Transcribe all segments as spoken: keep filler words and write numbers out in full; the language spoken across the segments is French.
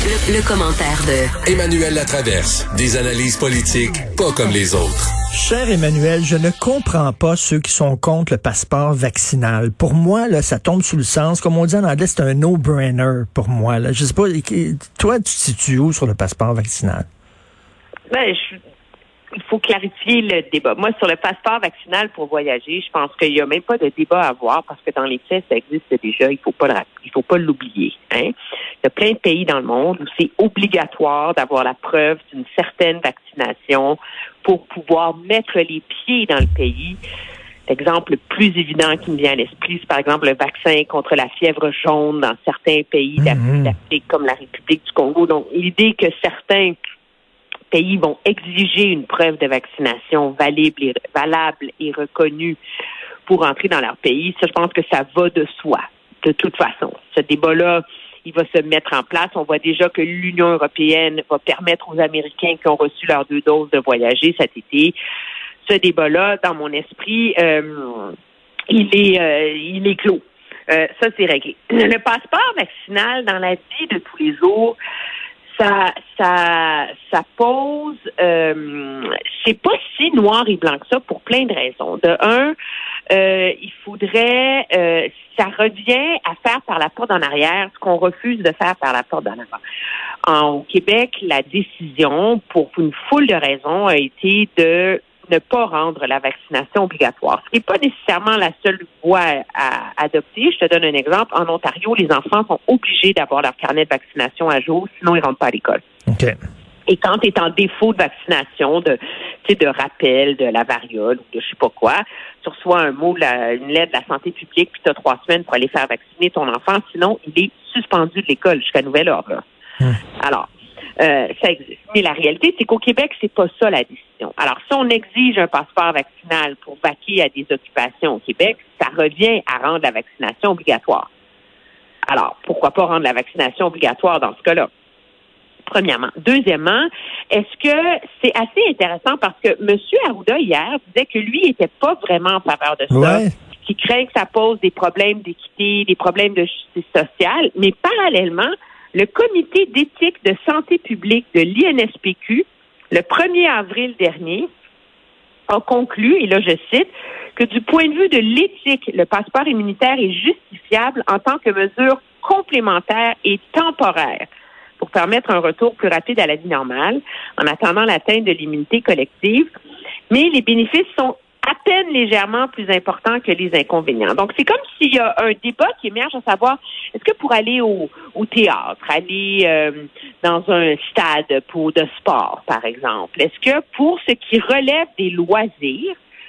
Le, le commentaire de Emmanuel Latraverse. Des analyses politiques pas comme les autres. Cher Emmanuel, je ne comprends pas ceux qui sont contre le passeport vaccinal. Pour moi, là, ça tombe sous le sens. Comme on dit en anglais, c'est un no-brainer pour moi. Là. Je sais pas, toi, tu te situes où sur le passeport vaccinal? Ben, je... Il faut clarifier le débat. Moi, sur le passeport vaccinal pour voyager, je pense qu'il n'y a même pas de débat à avoir parce que dans les faits, ça existe déjà. Il faut pas le, il faut pas l'oublier. Hein? Il y a plein de pays dans le monde où c'est obligatoire d'avoir la preuve d'une certaine vaccination pour pouvoir mettre les pieds dans le pays. L'exemple le plus évident qui me vient à l'esprit, c'est par exemple le vaccin contre la fièvre jaune dans certains pays mmh. d'Afrique comme la République du Congo. Donc, l'idée que certains pays vont exiger une preuve de vaccination valable et, valable et reconnue pour entrer dans leur pays, ça, je pense que ça va de soi, de toute façon. Ce débat-là, il va se mettre en place. On voit déjà que l'Union européenne va permettre aux Américains qui ont reçu leurs deux doses de voyager cet été. Ce débat-là, dans mon esprit, euh, il est, euh, il est clos. Euh, ça, c'est réglé. Le passeport vaccinal dans la vie de tous les jours, Ça, ça, ça pose, euh, c'est pas si noir et blanc que ça pour plein de raisons. De un, euh, il faudrait, euh, ça revient à faire par la porte en arrière ce qu'on refuse de faire par la porte en avant. En, au Québec, la décision, pour une foule de raisons, a été de ne pas rendre la vaccination obligatoire. Ce qui n'est pas nécessairement la seule voie à adopter. Je te donne un exemple. En Ontario, les enfants sont obligés d'avoir leur carnet de vaccination à jour, sinon ils ne rentrent pas à l'école. Okay. Et quand tu es en défaut de vaccination, de, tu sais, de rappel de la variole ou de je sais pas quoi, tu reçois un mot, la, une lettre de la santé publique, puis tu as trois semaines pour aller faire vacciner ton enfant, sinon il est suspendu de l'école jusqu'à nouvel ordre. Hum. Alors, Euh, ça existe. Mais la réalité, c'est qu'au Québec, c'est pas ça la décision. Alors, si on exige un passeport vaccinal pour vaquer à des occupations au Québec, ça revient à rendre la vaccination obligatoire. Alors, pourquoi pas rendre la vaccination obligatoire dans ce cas-là? Premièrement. Deuxièmement, est-ce que c'est assez intéressant parce que M. Arruda, hier, disait que lui n'était pas vraiment en faveur de ça. Ouais. Qui craint que ça pose des problèmes d'équité, des problèmes de justice sociale, mais parallèlement, le comité d'éthique de santé publique de l'I N S P Q, le premier avril dernier, a conclu, et là je cite, que du point de vue de l'éthique, le passeport immunitaire est justifiable en tant que mesure complémentaire et temporaire pour permettre un retour plus rapide à la vie normale en attendant l'atteinte de l'immunité collective. Mais les bénéfices sont à peine légèrement plus important que les inconvénients. Donc, c'est comme s'il y a un débat qui émerge à savoir, est-ce que pour aller au, au théâtre, aller euh, dans un stade pour de sport, par exemple, est-ce que pour ce qui relève des loisirs,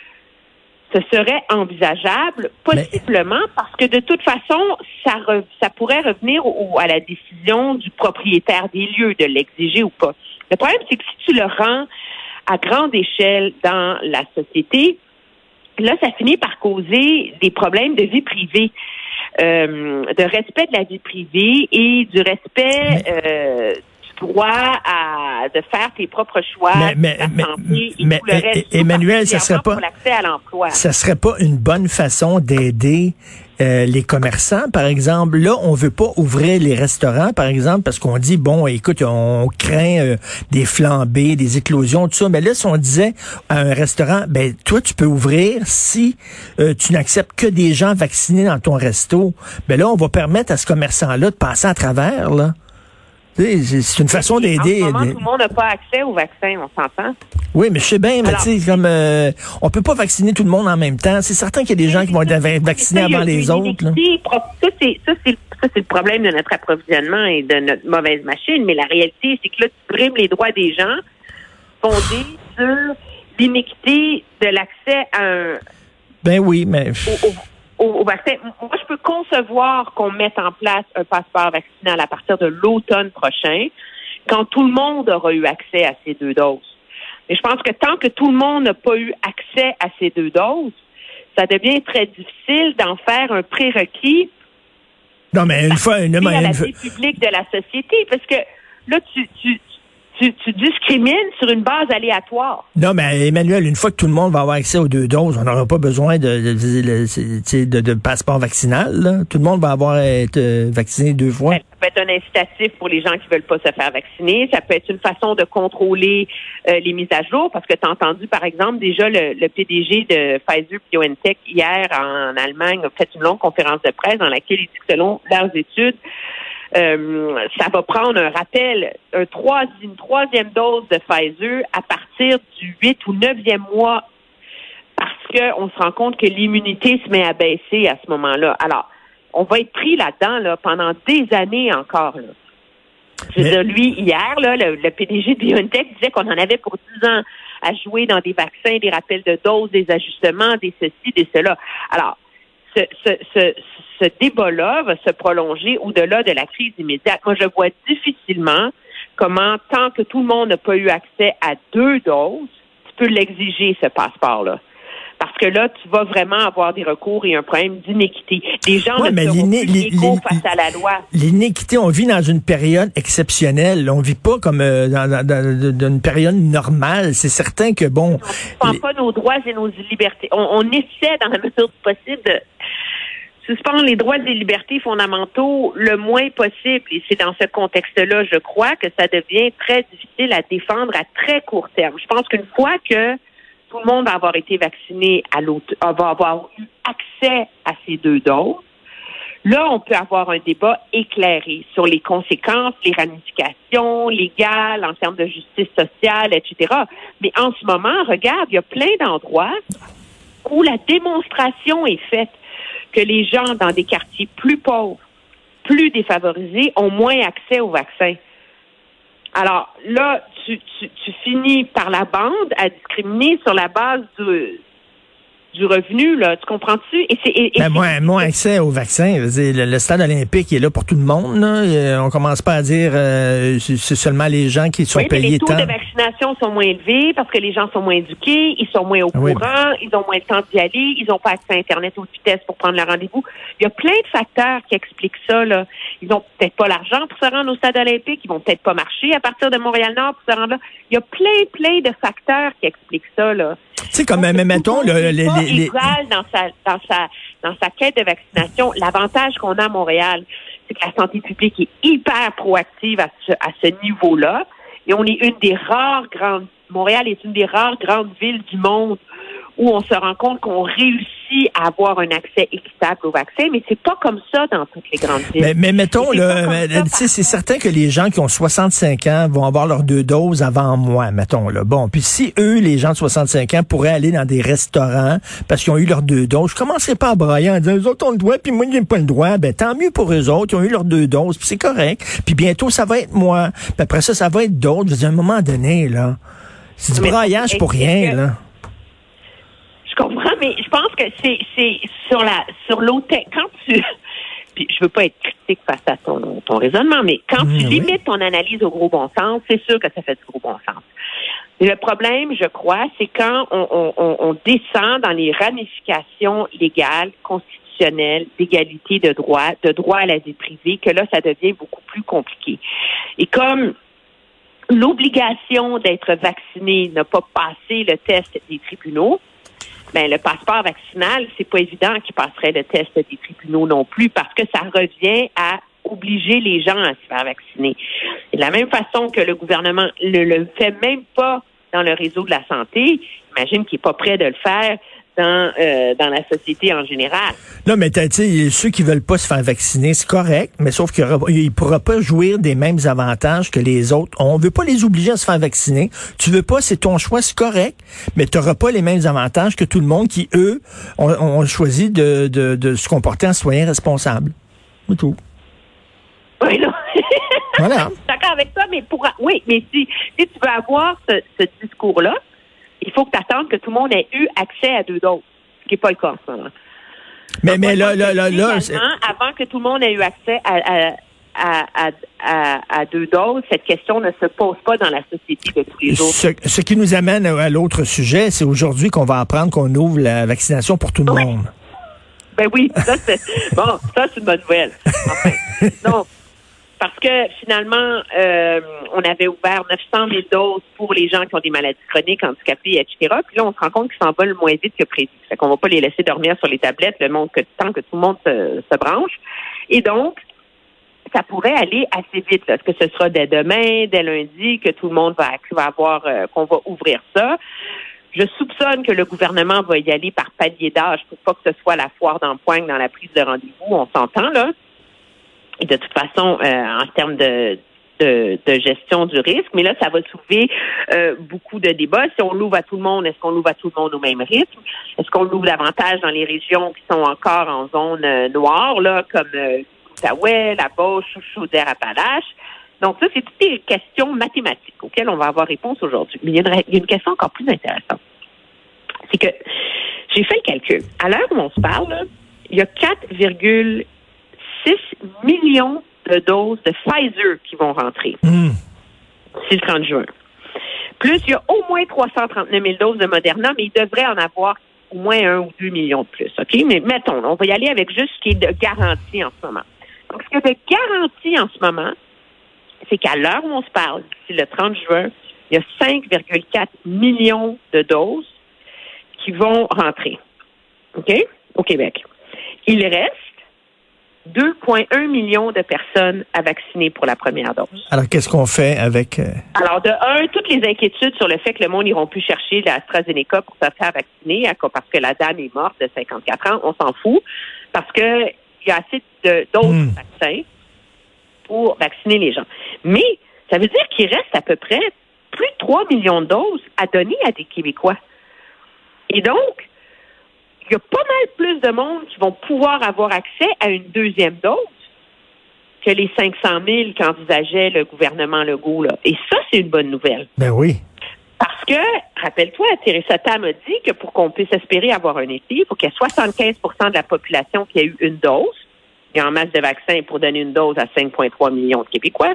ce serait envisageable? Possiblement, Mais... parce que de toute façon, ça, re, ça pourrait revenir au, à la décision du propriétaire des lieux de l'exiger ou pas. Le problème, c'est que si tu le rends à grande échelle dans la société, là, ça finit par causer des problèmes de vie privée, euh, de respect de la vie privée et du respect euh, du droit à de faire tes propres choix, mais, mais, ta mais, santé et mais, tout le reste. Emmanuel, ça serait pas, pour l'accès à l'emploi. Ça serait pas une bonne façon d'aider Euh, les commerçants, par exemple. Là, on veut pas ouvrir les restaurants, par exemple, parce qu'on dit, bon, écoute, on craint euh, des flambées, des éclosions, tout ça. Mais là, si on disait à un restaurant, ben toi, tu peux ouvrir si euh, tu n'acceptes que des gens vaccinés dans ton resto, ben là, on va permettre à ce commerçant-là de passer à travers, là. C'est une façon d'aider. En ce moment, tout le monde n'a pas accès au vaccin, on s'entend? Oui, mais je sais bien, mais tu sais, comme euh, on peut pas vacciner tout le monde en même temps. C'est certain qu'il y a des gens qui vont être vaccinés avant les autres. Là. Ça, c'est, ça, c'est, ça, c'est le problème de notre approvisionnement et de notre mauvaise machine. Mais la réalité, c'est que là, tu brimes les droits des gens fondés sur l'iniquité de l'accès à un... Ben oui, mais... Au, au, Au, au vaccin. Moi, je peux concevoir qu'on mette en place un passeport vaccinal à partir de l'automne prochain, quand tout le monde aura eu accès à ces deux doses. Mais je pense que tant que tout le monde n'a pas eu accès à ces deux doses, ça devient très difficile d'en faire un prérequis. Non, mais une fois, une, à la une, vie publique de la société, parce que là, tu, tu, tu tu, tu discrimines sur une base aléatoire. Non, mais Emmanuel, une fois que tout le monde va avoir accès aux deux doses, on n'aura pas besoin de, de, de, de, de passeport vaccinal. Là. Tout le monde va avoir été vacciné deux fois. Ça peut être un incitatif pour les gens qui veulent pas se faire vacciner. Ça peut être une façon de contrôler euh, les mises à jour, parce que tu as entendu, par exemple, déjà le, le P D G de Pfizer-BioNTech hier en Allemagne a fait une longue conférence de presse dans laquelle il dit que selon leurs études, Euh, ça va prendre un rappel, un trois, une troisième dose de Pfizer à partir du huit ou neuvième mois, parce qu'on se rend compte que l'immunité se met à baisser à ce moment-là. Alors, on va être pris là-dedans là, pendant des années encore. Là. Je veux dire, lui, hier, là, le, le P D G de BioNTech disait qu'on en avait pour dix ans à jouer dans des vaccins, des rappels de doses, des ajustements, des ceci, des cela. Alors, ce, ce, ce, ce débat-là va se prolonger au-delà de la crise immédiate. Moi, je vois difficilement comment, tant que tout le monde n'a pas eu accès à deux doses, tu peux l'exiger, ce passeport-là. Parce que là, tu vas vraiment avoir des recours et un problème d'inéquité. Les gens ouais, ne seront plus égaux face à la loi. L'inéquité, on vit dans une période exceptionnelle. On vit pas comme euh, dans, dans, dans, dans une période normale. C'est certain que, bon... On ne suspend pas nos droits et nos libertés. On, on essaie, dans la mesure du possible, de suspendre les droits et les libertés fondamentaux le moins possible. Et c'est dans ce contexte-là, je crois, que ça devient très difficile à défendre à très court terme. Je pense qu'une fois que tout le monde va avoir été vacciné à l'autre, va avoir eu accès à ces deux doses, là, on peut avoir un débat éclairé sur les conséquences, les ramifications légales en termes de justice sociale, et cetera. Mais en ce moment, regarde, il y a plein d'endroits où la démonstration est faite que les gens dans des quartiers plus pauvres, plus défavorisés, ont moins accès au vaccin. Alors là, tu, tu, tu finis par la bande à discriminer sur la base du, du revenu, là. Tu comprends-tu? Et c'est, et, ben, et moins, c'est, moins accès au vaccin. Le, le stade olympique est là pour tout le monde. Là. On commence pas à dire euh, c'est, c'est seulement les gens qui sont oui, payés mais les taux tant. de vaccination sont moins élevés parce que les gens sont moins éduqués, ils sont moins au oui, courant, ben. ils ont moins le temps d'y aller, ils n'ont pas accès à Internet haute vitesse pour prendre le rendez-vous. Il y a plein de facteurs qui expliquent ça, là. Ils n'ont peut-être pas l'argent pour se rendre au stade olympique, ils vont peut-être pas marcher à partir de Montréal-Nord pour se rendre là. Il y a plein, plein de facteurs qui expliquent ça, là. Tu sais, comme, mais mettons, le, les, pas les, les... égal dans sa, dans sa, dans sa quête de vaccination. L'avantage qu'on a à Montréal, c'est que la santé publique est hyper proactive à ce, à ce niveau-là. Et on est une des rares grandes, Montréal est une des rares grandes villes du monde où on se rend compte qu'on réussit à avoir un accès équitable au vaccin, mais c'est pas comme ça dans toutes les grandes villes. Mais, mais mettons, là, tu sais, c'est certain que les gens qui ont soixante-cinq ans vont avoir leurs deux doses avant moi, mettons, là. Bon, puis si eux, les gens de soixante-cinq ans, pourraient aller dans des restaurants parce qu'ils ont eu leurs deux doses, je commencerai pas à brailler en disant, eux autres ont le droit, puis moi, je n'ai pas le droit. Ben, tant mieux pour eux autres, ils ont eu leurs deux doses, puis c'est correct. Puis bientôt, ça va être moi. Puis après ça, ça va être d'autres. Je veux dire, à un moment donné, là, c'est du mais braillage pour rien, là. Je comprends, mais je pense que c'est c'est sur la sur l'autre quand tu puis je veux pas être critique face à ton ton raisonnement, mais quand mmh, tu oui. limites ton analyse au gros bon sens, c'est sûr que ça fait du gros bon sens. Et le problème, je crois, c'est quand on, on, on descend dans les ramifications légales, constitutionnelles, d'égalité de droit, de droit à la vie privée, que là, ça devient beaucoup plus compliqué. Et comme l'obligation d'être vacciné n'a pas passé le test des tribunaux, ben le passeport vaccinal, c'est pas évident qu'il passerait le test des tribunaux non plus, parce que ça revient à obliger les gens à se faire vacciner. Et de la même façon que le gouvernement ne le fait même pas dans le réseau de la santé, imagine qu'il est pas prêt de le faire dans euh, dans la société en général. Non, mais tu sais, ceux qui veulent pas se faire vacciner, c'est correct, mais sauf qu'il ne pourra pas jouir des mêmes avantages que les autres. On veut pas les obliger à se faire vacciner. Tu veux pas, c'est ton choix, c'est correct, mais tu n'auras pas les mêmes avantages que tout le monde qui, eux, ont, ont choisi de, de, de se comporter en citoyen responsable. C'est tout. Oui, non. Voilà. Je suis d'accord avec toi, mais pour oui, mais si, si tu veux avoir ce, ce discours-là, il faut que tu attendes que tout le monde ait eu accès à deux doses, ce qui n'est pas le cas en ce moment. Mais, Donc, mais moi, là, là, là, là, avant que tout le monde ait eu accès à, à, à, à, à, à deux doses, cette question ne se pose pas dans la société de tous les jours. Ce, ce qui nous amène à l'autre sujet, c'est aujourd'hui qu'on va apprendre qu'on ouvre la vaccination pour tout le oui. monde. Ben oui, ça c'est bon, ça c'est une bonne nouvelle. Enfin, donc, parce que finalement, euh, on avait ouvert neuf cent mille doses pour les gens qui ont des maladies chroniques, handicapés, et cetera. Puis là, on se rend compte qu'ils s'envolent moins vite que prévu. Fait qu'on va pas les laisser dormir sur les tablettes le monde que, tant que tout le monde se, se branche. Et donc, ça pourrait aller assez vite. Là. Est-ce que ce sera dès demain, dès lundi, que tout le monde va, va avoir, euh, qu'on va ouvrir ça? Je soupçonne que le gouvernement va y aller par palier d'âge pour pas que ce soit la foire d'empoigne dans la prise de rendez-vous. On s'entend, là. Et de toute façon, euh, en termes de, de, de gestion du risque, mais là, ça va soulever euh, beaucoup de débats. Si on l'ouvre à tout le monde, est-ce qu'on l'ouvre à tout le monde au même rythme? Est-ce qu'on l'ouvre davantage dans les régions qui sont encore en zone euh, noire, là, comme euh, l'Outaouais, la Beauce, Chaudière-Appalaches? Donc ça, c'est toutes des questions mathématiques auxquelles on va avoir réponse aujourd'hui. Mais il y a une, il y a une question encore plus intéressante. C'est que j'ai fait le calcul. À l'heure où on se parle, là, il y a quatre virgule six millions de doses de Pfizer qui vont rentrer. Mmh. C'est le trente juin. Plus, il y a au moins trois cent trente-neuf mille doses de Moderna, mais il devrait en avoir au moins un ou deux millions de plus. OK? Mais mettons, on va y aller avec juste ce qui est de garantie en ce moment. Donc, ce qui est de garantie en ce moment, c'est qu'à l'heure où on se parle, d'ici le trente juin, il y a cinq virgule quatre millions de doses qui vont rentrer. OK? Au Québec. Il reste deux virgule un millions de personnes à vacciner pour la première dose. Alors, qu'est-ce qu'on fait avec... Euh... Alors, de un, toutes les inquiétudes sur le fait que le monde n'iront plus chercher l'AstraZeneca pour se faire vacciner parce que la dame est morte de cinquante-quatre ans, on s'en fout, parce que il y a assez de, d'autres mmh. vaccins pour vacciner les gens. Mais ça veut dire qu'il reste à peu près plus de trois millions de doses à donner à des Québécois. Et donc, il y a pas mal plus de monde qui vont pouvoir avoir accès à une deuxième dose que les cinq cent mille qu'envisageait le gouvernement Legault, là. Et ça, c'est une bonne nouvelle. Ben oui. Parce que, rappelle-toi, Theresa Tam a dit que pour qu'on puisse espérer avoir un été, il faut qu'il y ait soixante-quinze pour cent de la population qui a eu une dose. Il y a en masse de vaccins pour donner une dose à cinq virgule trois millions de Québécois.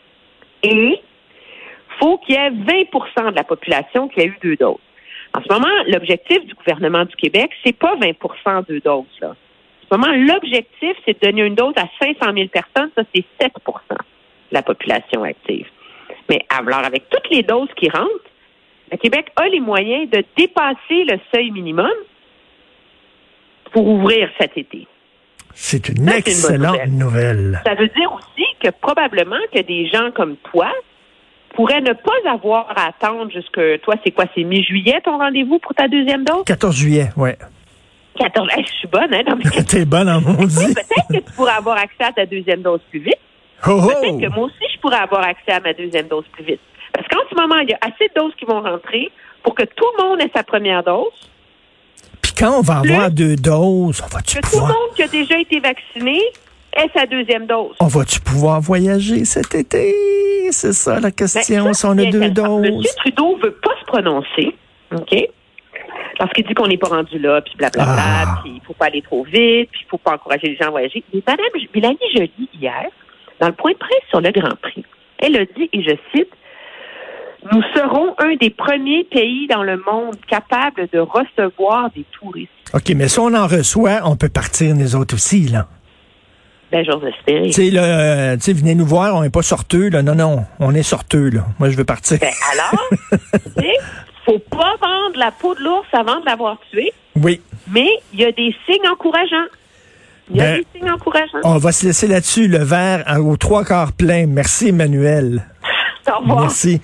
Et il faut qu'il y ait vingt pour cent de la population qui a eu deux doses. En ce moment, l'objectif du gouvernement du Québec, c'est pas vingt pour cent de doses, là. En ce moment, l'objectif, c'est de donner une dose à cinq cent mille personnes. Ça, c'est sept pour cent de la population active. Mais alors, avec toutes les doses qui rentrent, le Québec a les moyens de dépasser le seuil minimum pour ouvrir cet été. C'est une ça, excellente c'est une nouvelle. nouvelle. Ça veut dire aussi que probablement que des gens comme toi pourraient ne pas avoir à attendre jusque... Toi, c'est quoi? C'est mi-juillet ton rendez-vous pour ta deuxième dose? quatorze juillet, oui. quatorze Hey, je suis bonne, hein? Mais... T'es bonne en mon dit. Peut-être que tu pourrais avoir accès à ta deuxième dose plus vite. Oh, oh. Peut-être que moi aussi, je pourrais avoir accès à ma deuxième dose plus vite. Parce qu'en ce moment, il y a assez de doses qui vont rentrer pour que tout le monde ait sa première dose. Puis quand on va avoir plus, deux doses, on va-tu que pouvoir... tout le monde qui a déjà été vacciné ait sa deuxième dose. On va-tu pouvoir voyager cet été? C'est ça la question, ben, ça, si on a deux doses. M. Trudeau veut pas se prononcer, OK? Parce qu'il dit qu'on n'est pas rendu là, puis blablabla, ah. puis il faut pas aller trop vite, puis il faut pas encourager les gens à voyager. Mais Mme Mélanie Joly, hier, dans le point de presse sur le Grand Prix, elle a dit, et je cite, « Nous serons un des premiers pays dans le monde capables de recevoir des touristes. » OK, mais si on en reçoit, on peut partir, nous autres aussi, là. Ben, j'ose espérer. Tu sais, là, euh, tu sais, venez nous voir, on n'est pas sorteux, là. Non, non, on est sorteux, là. Moi, je veux partir. Ben, alors, tu sais, faut pas vendre la peau de l'ours avant de l'avoir tué. Oui. Mais il y a des signes encourageants. Il y a ben, des signes encourageants. On va se laisser là-dessus, le verre aux trois quarts plein. Merci, Emmanuel. Au revoir. Merci.